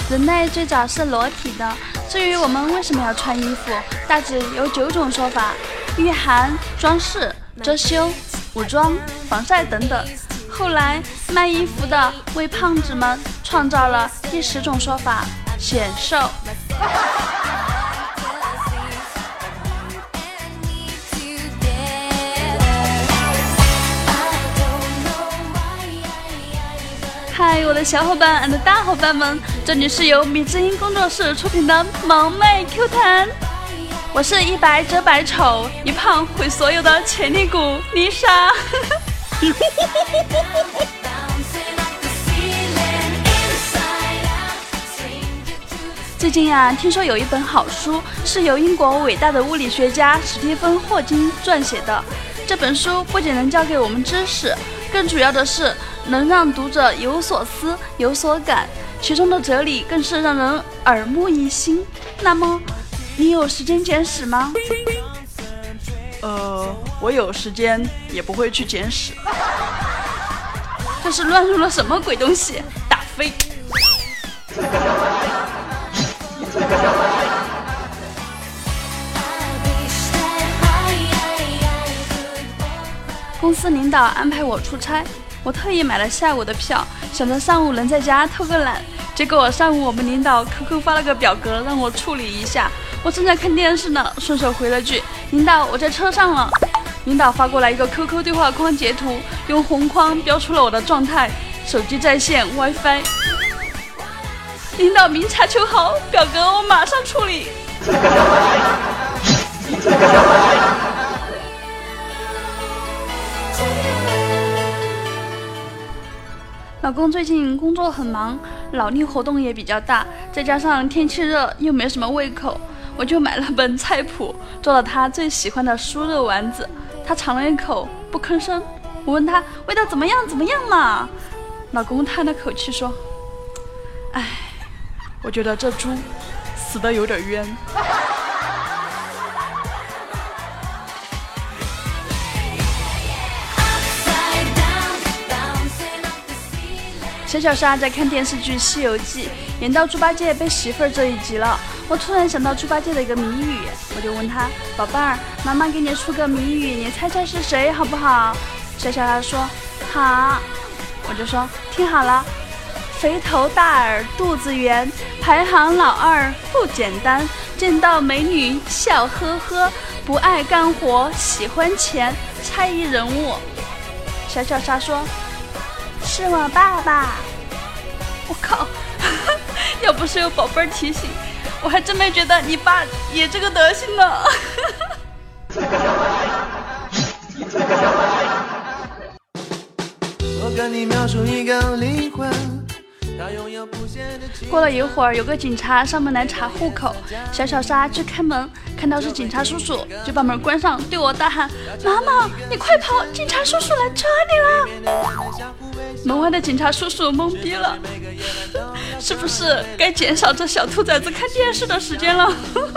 人类最早是裸体的，至于我们为什么要穿衣服，大致有9种说法：御寒、装饰、遮羞、武装、防晒等等。后来卖衣服的为胖子们创造了第10种说法：显瘦。嗨，我的小伙伴和大伙伴们，这里是由米之音工作室出品的萌妹 Q 弹，我是一白遮百丑，一胖毁所有的潜力股丽莎。最近啊，听说有一本好书是由英国伟大的物理学家史蒂芬·霍金撰写的。这本书不仅能教给我们知识，更主要的是能让读者有所思有所感，其中的哲理更是让人耳目一新。那么你有时间捡屎吗？我有时间也不会去捡屎。这是乱入了什么鬼东西？打飞！公司领导安排我出差，我特意买了下午的票，想着上午能在家偷个懒。结果上午我们领导 QQ 发了个表格让我处理一下，我正在看电视呢，顺手回了句：领导，我在车上了。领导发过来一个 QQ 对话框截图，用红框标出了我的状态：手机在线 WiFi。领导明察秋毫，表格我马上处理。老公最近工作很忙，脑力活动也比较大，再加上天气热又没什么胃口，我就买了本菜谱，做了他最喜欢的酥肉丸子。他尝了一口不吭声，我问他味道怎么样嘛？老公叹了口气说：哎，我觉得这猪死得有点冤。小莎在看电视剧《西游记》，演到猪八戒被媳妇儿这一集了，我突然想到猪八戒的一个谜语，我就问他：宝贝儿，妈妈给你出个谜语，你猜猜是谁好不好？小莎说好，我就说听好了，肥头大耳肚子圆，排行老2不简单，见到美女笑呵呵，不爱干活喜欢钱，猜一人物。小莎说是我爸爸。我靠，要不是有宝贝儿提醒，我还真没觉得你爸也这个德行呢。我跟你描述一个灵魂。过了一会儿，有个警察上门来查户口，小莎去开门，看到是警察叔叔，就把门关上，对我大喊：妈妈，你快跑，警察叔叔来抓你了。门外的警察叔叔懵逼了，是不是该减少这小兔崽子看电视的时间了？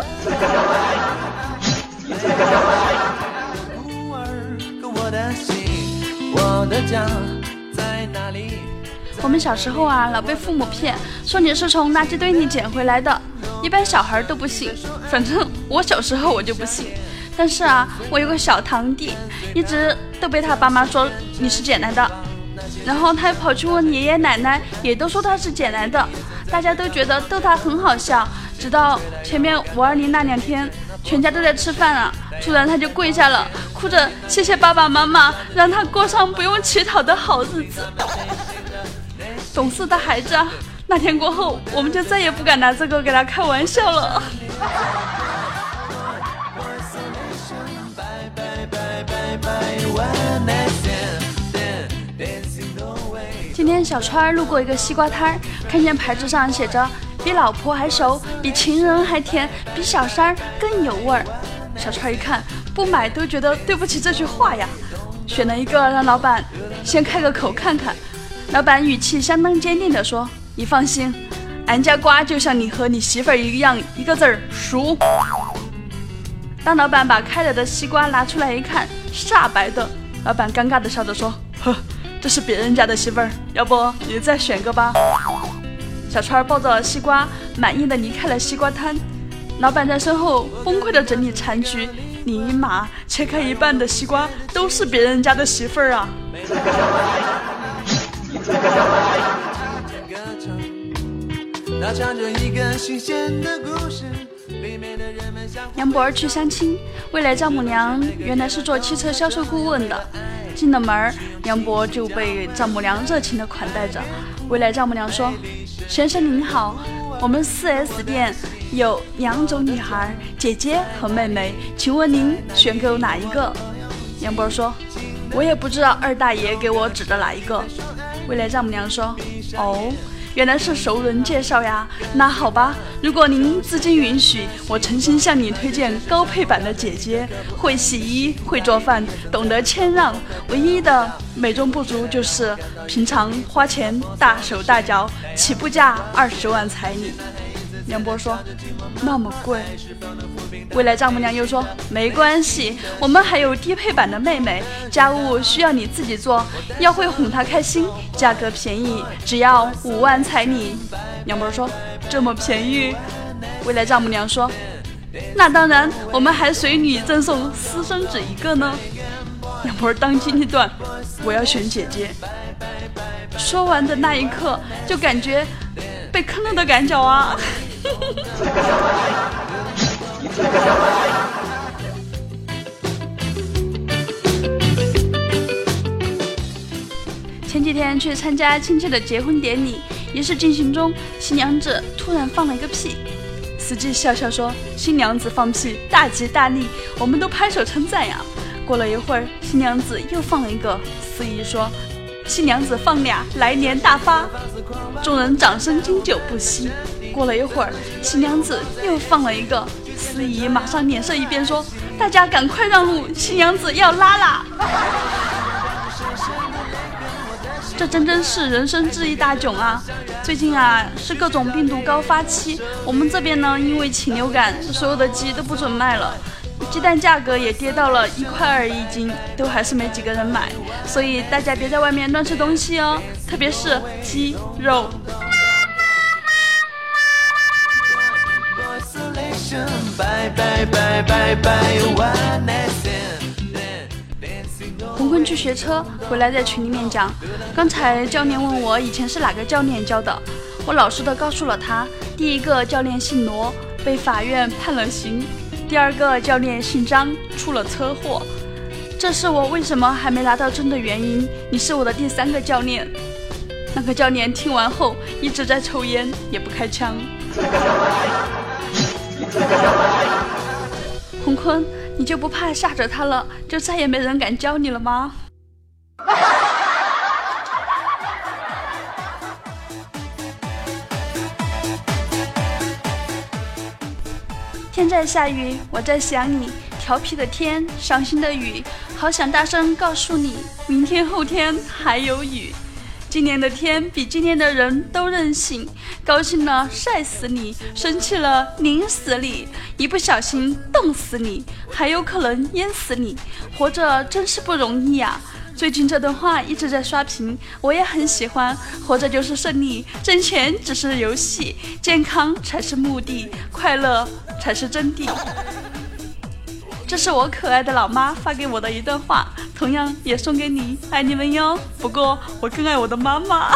我们小时候啊，老被父母骗，说你是从垃圾堆里捡回来的，一般小孩都不信，反正我小时候我就不信。但是啊，我有个小堂弟，一直都被他爸妈说你是捡来的，然后他跑去问爷爷奶奶，也都说他是捡来的，大家都觉得逗他很好笑。直到前面520那2天，全家都在吃饭啊，突然他就跪下了，哭着谢谢爸爸妈妈，让他过上不用乞讨的好日子。懂事的孩子啊，那天过后，我们就再也不敢拿这个给他开玩笑了。今天小川路过一个西瓜摊，看见牌子上写着比老婆还熟，比情人还甜，比小三更有味儿。小川一看，不买都觉得对不起这句话呀，选了一个让老板先开个口看看。老板语气相当坚定地说：你放心，俺家瓜就像你和你媳妇儿一样，一个字儿熟。当老板把开了的西瓜拿出来一看，煞白的，老板尴尬地笑着说：呵，这是别人家的媳妇儿，要不你再选个吧。 小川抱着西瓜，满意的离开了西瓜摊。老板在身后崩溃的整理残局，你妈，切开一半的西瓜都是别人家的媳妇儿啊！杨博儿去相亲，未来丈母娘原来是做汽车销售顾问的。进了门，杨博就被丈母娘热情地款待着。未来丈母娘说：“先生您好，我们 4S 店有2种女孩，姐姐和妹妹，请问您选购哪一个？”杨博说：“我也不知道二大爷给我指的哪一个。”未来丈母娘说：“哦，原来是熟人介绍呀，那好吧，如果您资金允许，我诚心向你推荐高配版的姐姐，会洗衣，会做饭，懂得谦让，唯一的美中不足就是平常花钱大手大脚，起步价20万彩礼。”杨博说：“那么贵？”未来丈母娘又说：“没关系，我们还有低配版的妹妹，家务需要你自己做，要会哄她开心，价格便宜，只要5万彩礼。”杨博说：“这么便宜？”未来丈母娘说：“那当然，我们还随礼赠送私生子1个呢。”杨博当机立断：“我要选姐姐。”说完的那一刻，就感觉被坑了的感觉啊！前几天去参加亲戚的结婚典礼，仪式进行中，新娘子突然放了一个屁。司机笑笑说：“新娘子放屁，大吉大利，我们都拍手称赞呀。”过了一会儿，新娘子又放了一个，司仪说：“新娘子放俩，来年大发。”众人掌声经久不息。过了一会儿，新娘子又放了一个，司仪马上脸色一变说：“大家赶快让路，新娘子要拉啦！”这真是人生智一大囧啊！最近啊是各种病毒高发期，我们这边呢因为禽流感，所有的鸡都不准卖了，鸡蛋价格也跌到了1块2一斤，都还是没几个人买，所以大家别在外面乱吃东西哦，特别是鸡肉。红坤去学车回来，在群里面讲，刚才教练问我以前是哪个教练教的，我老实的告诉了他，第一个教练姓罗，被法院判了刑，第二个教练姓张，出了车祸，这是我为什么还没拿到证的原因，你是我的第3个教练。那个教练听完后一直在抽烟，也不开枪。红坤，你就不怕吓着他了，就再也没人敢教你了吗？天在下雨，我在想你，调皮的天，伤心的雨，好想大声告诉你，明天后天还有雨。今年的天比今年的人都任性，高兴了晒死你，生气了淋死你，一不小心冻死你，还有可能淹死你，活着真是不容易啊。最近这段话一直在刷屏，我也很喜欢。活着就是胜利，挣钱只是游戏，健康才是目的，快乐才是真谛。这是我可爱的老妈发给我的一段话，同样也送给你，爱你们哟。不过我更爱我的妈妈。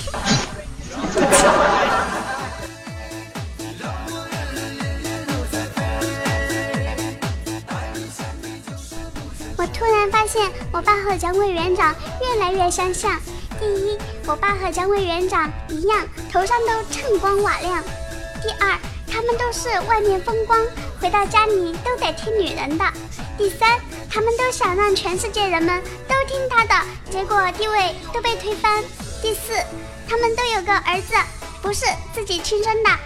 我突然发现我爸和蒋委员长越来越相像。第一，我爸和蒋委员长一样，头上都锃光瓦亮。第二，他们都是外面风光，回到家里都得听女人的。第三，他们都想让全世界人们都听他的，结果地位都被推翻。第四，他们都有个儿子，不是自己亲生的。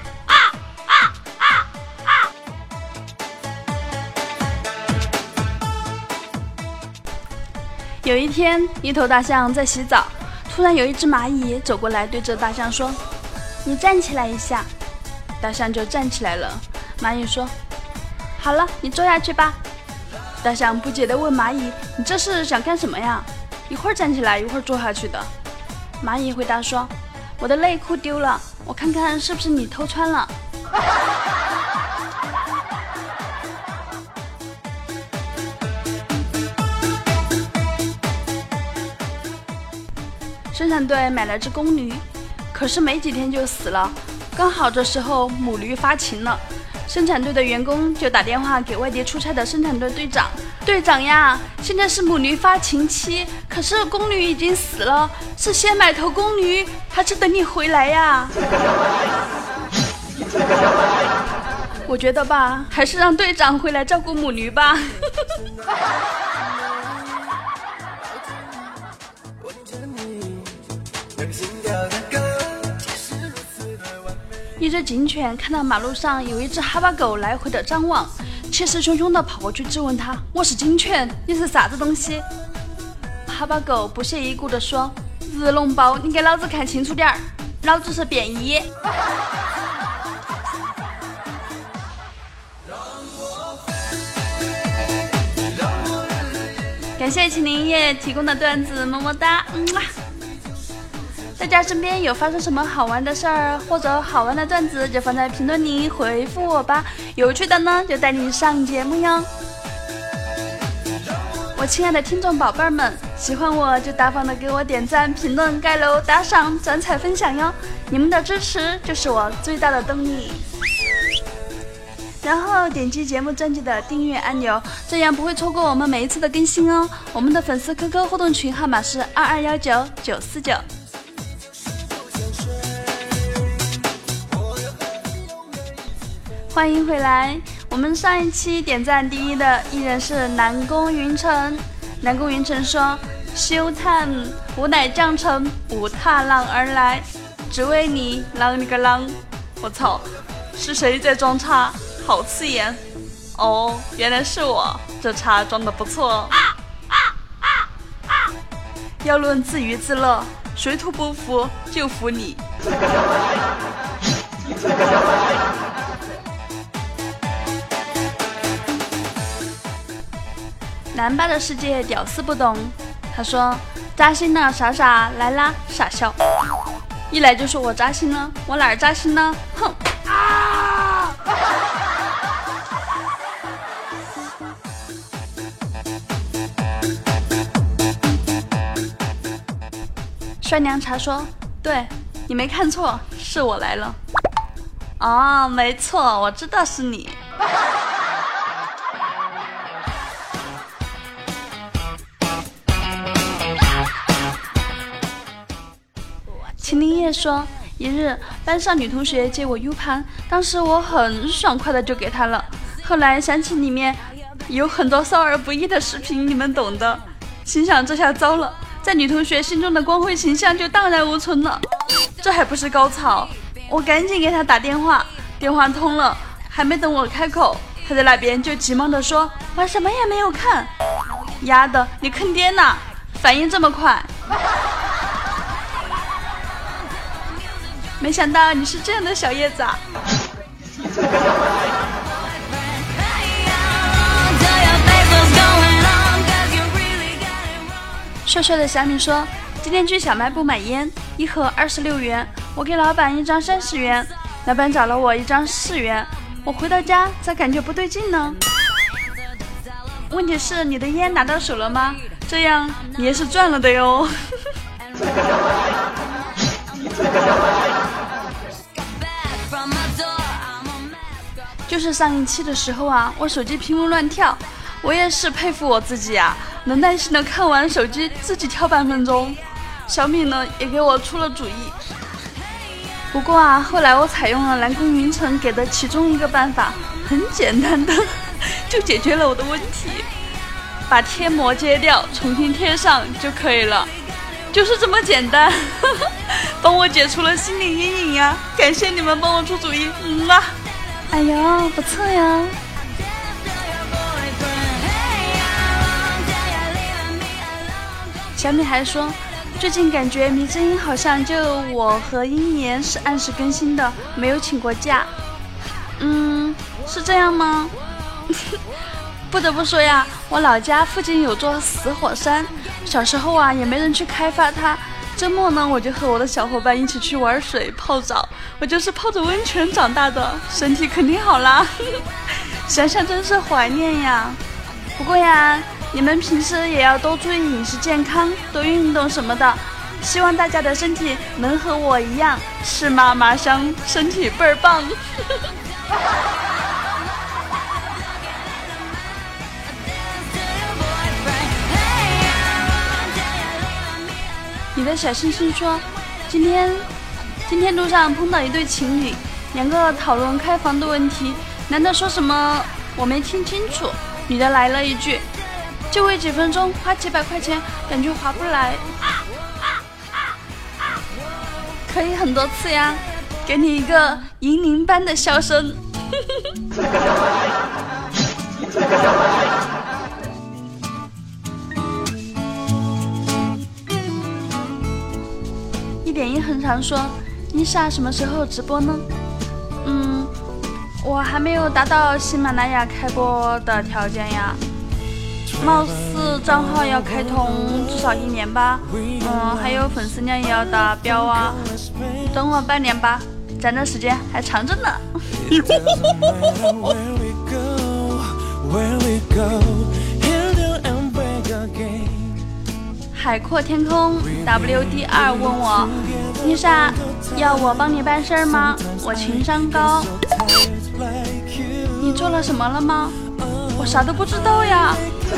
有一天，一头大象在洗澡，突然有一只蚂蚁走过来，对着大象说：“你站起来一下。”大象就站起来了。蚂蚁说：“好了，你坐下去吧。”大象不解地问蚂蚁：“你这是想干什么呀？一会儿站起来，一会儿坐下去的。”蚂蚁回答说：“ 我的内裤丢了，我看看是不是你偷穿了。生产队买了只公驴，可是没几天就死了，刚好这时候母驴发情了，生产队的员工就打电话给外地出差的生产队队长，队长呀，现在是母驴发情期，可是公驴已经死了，是先买头公驴还是等你回来呀？我觉得吧，还是让队长回来照顾母驴吧。一只警犬看到马路上有一只哈巴狗来回的张望，气势汹汹地跑过去质问他：“我是警犬，你是啥子东西？”哈巴狗不屑一顾地说：“日脓包，你给老子看清楚点儿，老子是便衣。”感谢秦林叶提供的段子，么么哒。大家身边有发生什么好玩的事儿或者好玩的段子，就放在评论里回复我吧，有趣的呢就带你上节目哟。我亲爱的听众宝贝儿们，喜欢我就大方的给我点赞、评论、盖楼、打赏、转采、分享哟，你们的支持就是我最大的动力。然后点击节目专辑的订阅按钮，这样不会错过我们每一次的更新哦。我们的粉丝 QQ 互动群号码是2219949。欢迎回来，我们上一期点赞第一的依然是南宫云晨。南宫云晨说：“休叹无乃降臣，不踏浪而来，只为你，浪你个浪！”我操，是谁在装叉？好刺眼哦，原来是我，这叉装得不错。要论自娱自乐，水土不服就服你。南巴的世界屌丝不懂，他说：“扎心了，傻傻来啦，傻笑。”一来就说我扎心了，我哪儿扎心了？哼！帅娘茶说：“对，你没看错，是我来了。”哦，没错，我知道是你。秦林叶说：“一日，班上女同学借我 U 盘，当时我很爽快的就给她了。后来想起里面有很多少儿不宜的视频，你们懂的。心想这下糟了，在女同学心中的光辉形象就荡然无存了。这还不是高潮，我赶紧给她打电话，电话通了，还没等我开口，她在那边就急忙的说：我什么也没有看。丫的，你坑爹呢，反应这么快。”没想到你是这样的小叶子啊！帅帅的小米说：“今天去小卖部买烟，一盒26元，我给老板一张30元，老板找了我一张4元，我回到家咋感觉不对劲呢？问题是你的烟拿到手了吗？这样你也是赚了的哟。”就是上一期的时候啊，我手机屏幕乱跳，我也是佩服我自己啊，能耐心的看完手机自己跳半分钟。小米呢也给我出了主意，不过啊，后来我采用了南宫云晨给的其中一个办法，很简单的就解决了我的问题，把贴膜揭掉，重新贴上就可以了，就是这么简单。帮我解除了心理阴影呀，感谢你们帮我出主意。哎呦，不错呀。小米还说，最近感觉迷之音好像就我和鹰眼是按时更新的，没有请过假。是这样吗？不得不说呀，我老家附近有座死火山，小时候啊也没人去开发它， 周末呢，我就和我的小伙伴一起去玩水泡澡，我就是泡着温泉长大的，身体肯定好啦。想想真是怀念呀。不过呀，你们平时也要多注意饮食健康，多运动什么的。希望大家的身体能和我一样，是妈妈香，身体倍儿棒。你的小星星说，今天路上碰到一对情侣，两个讨论开房的问题，男的说什么我没听清楚，女的来了一句，就为几分钟花几百块钱，感觉划不来。可以很多次呀，给你一个银铃般的笑声。1.1很常说，妮莎什么时候直播呢？我还没有达到喜马拉雅开播的条件呀，貌似账号要开通至少1年吧，还有粉丝量也要达标啊，等我半年吧，咱的时间还长着呢。海阔天空 WD2 问我，妮莎，要我帮你办事儿吗？我情商高。你做了什么了吗？我啥都不知道呀。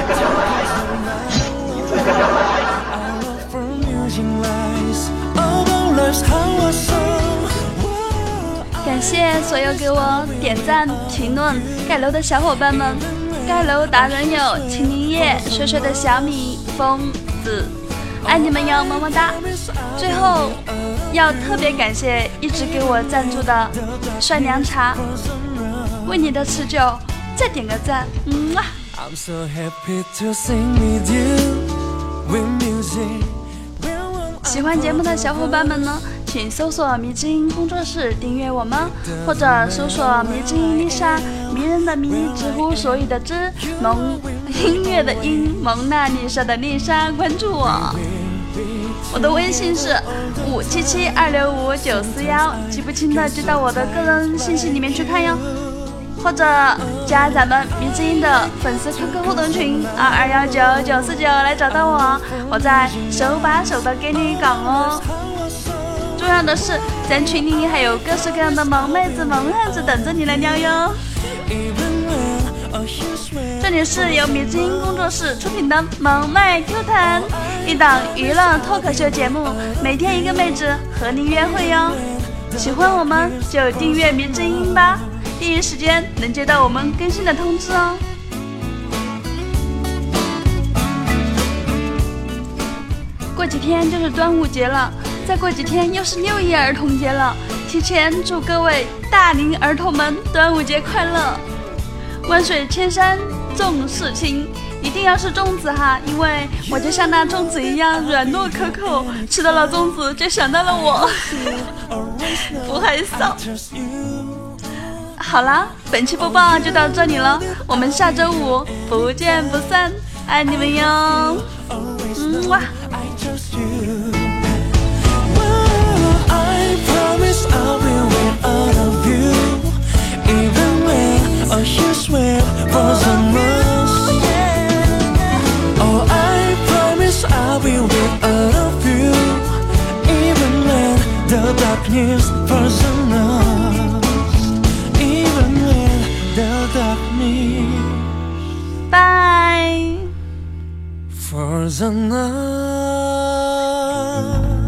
感谢所有给我点赞、评论、盖楼的小伙伴们，盖楼达人有秦林叶、水水的小米、疯子，爱你们哟，么么哒。最后要特别感谢一直给我赞助的帅凉茶，为你的持久再点个赞，喜欢节目的小伙伴们呢，请搜索迷之音工作室订阅我们，或者搜索迷之音丽莎，迷人的迷，知乎所以的知，萌音乐的音，蒙娜丽莎的丽莎，关注我。我的微信是577265941，记不清的就到我的个人信息里面去看哟，或者加咱们迷之音的粉丝 QQ 互动群2219949来找到我，我在手把手的给你讲哦。重要的是，咱群里还有各式各样的萌妹子、萌汉子等着你来撩哟。这里是由迷之音工作室出品的萌妹 Q 弹，一档娱乐脱口秀节目，每天一个妹子和你约会哟。喜欢我们就订阅迷之音吧，第一时间能接到我们更新的通知哦。过几天就是端午节了，再过几天又是6一儿童节了，提前祝各位大龄儿童们端午节快乐！万水千山粽事情，一定要是粽子哈，因为我就像那粽子一样软糯可口，吃到了粽子就想到了我。不害臊。好啦，本期播报就到这里了，我们下周5不见不散，爱你们哟。哇。Oh, you swear for someone, oh, I promise I will wait all of you, even when the darkness falls on us, even when the darkness bye falls on us.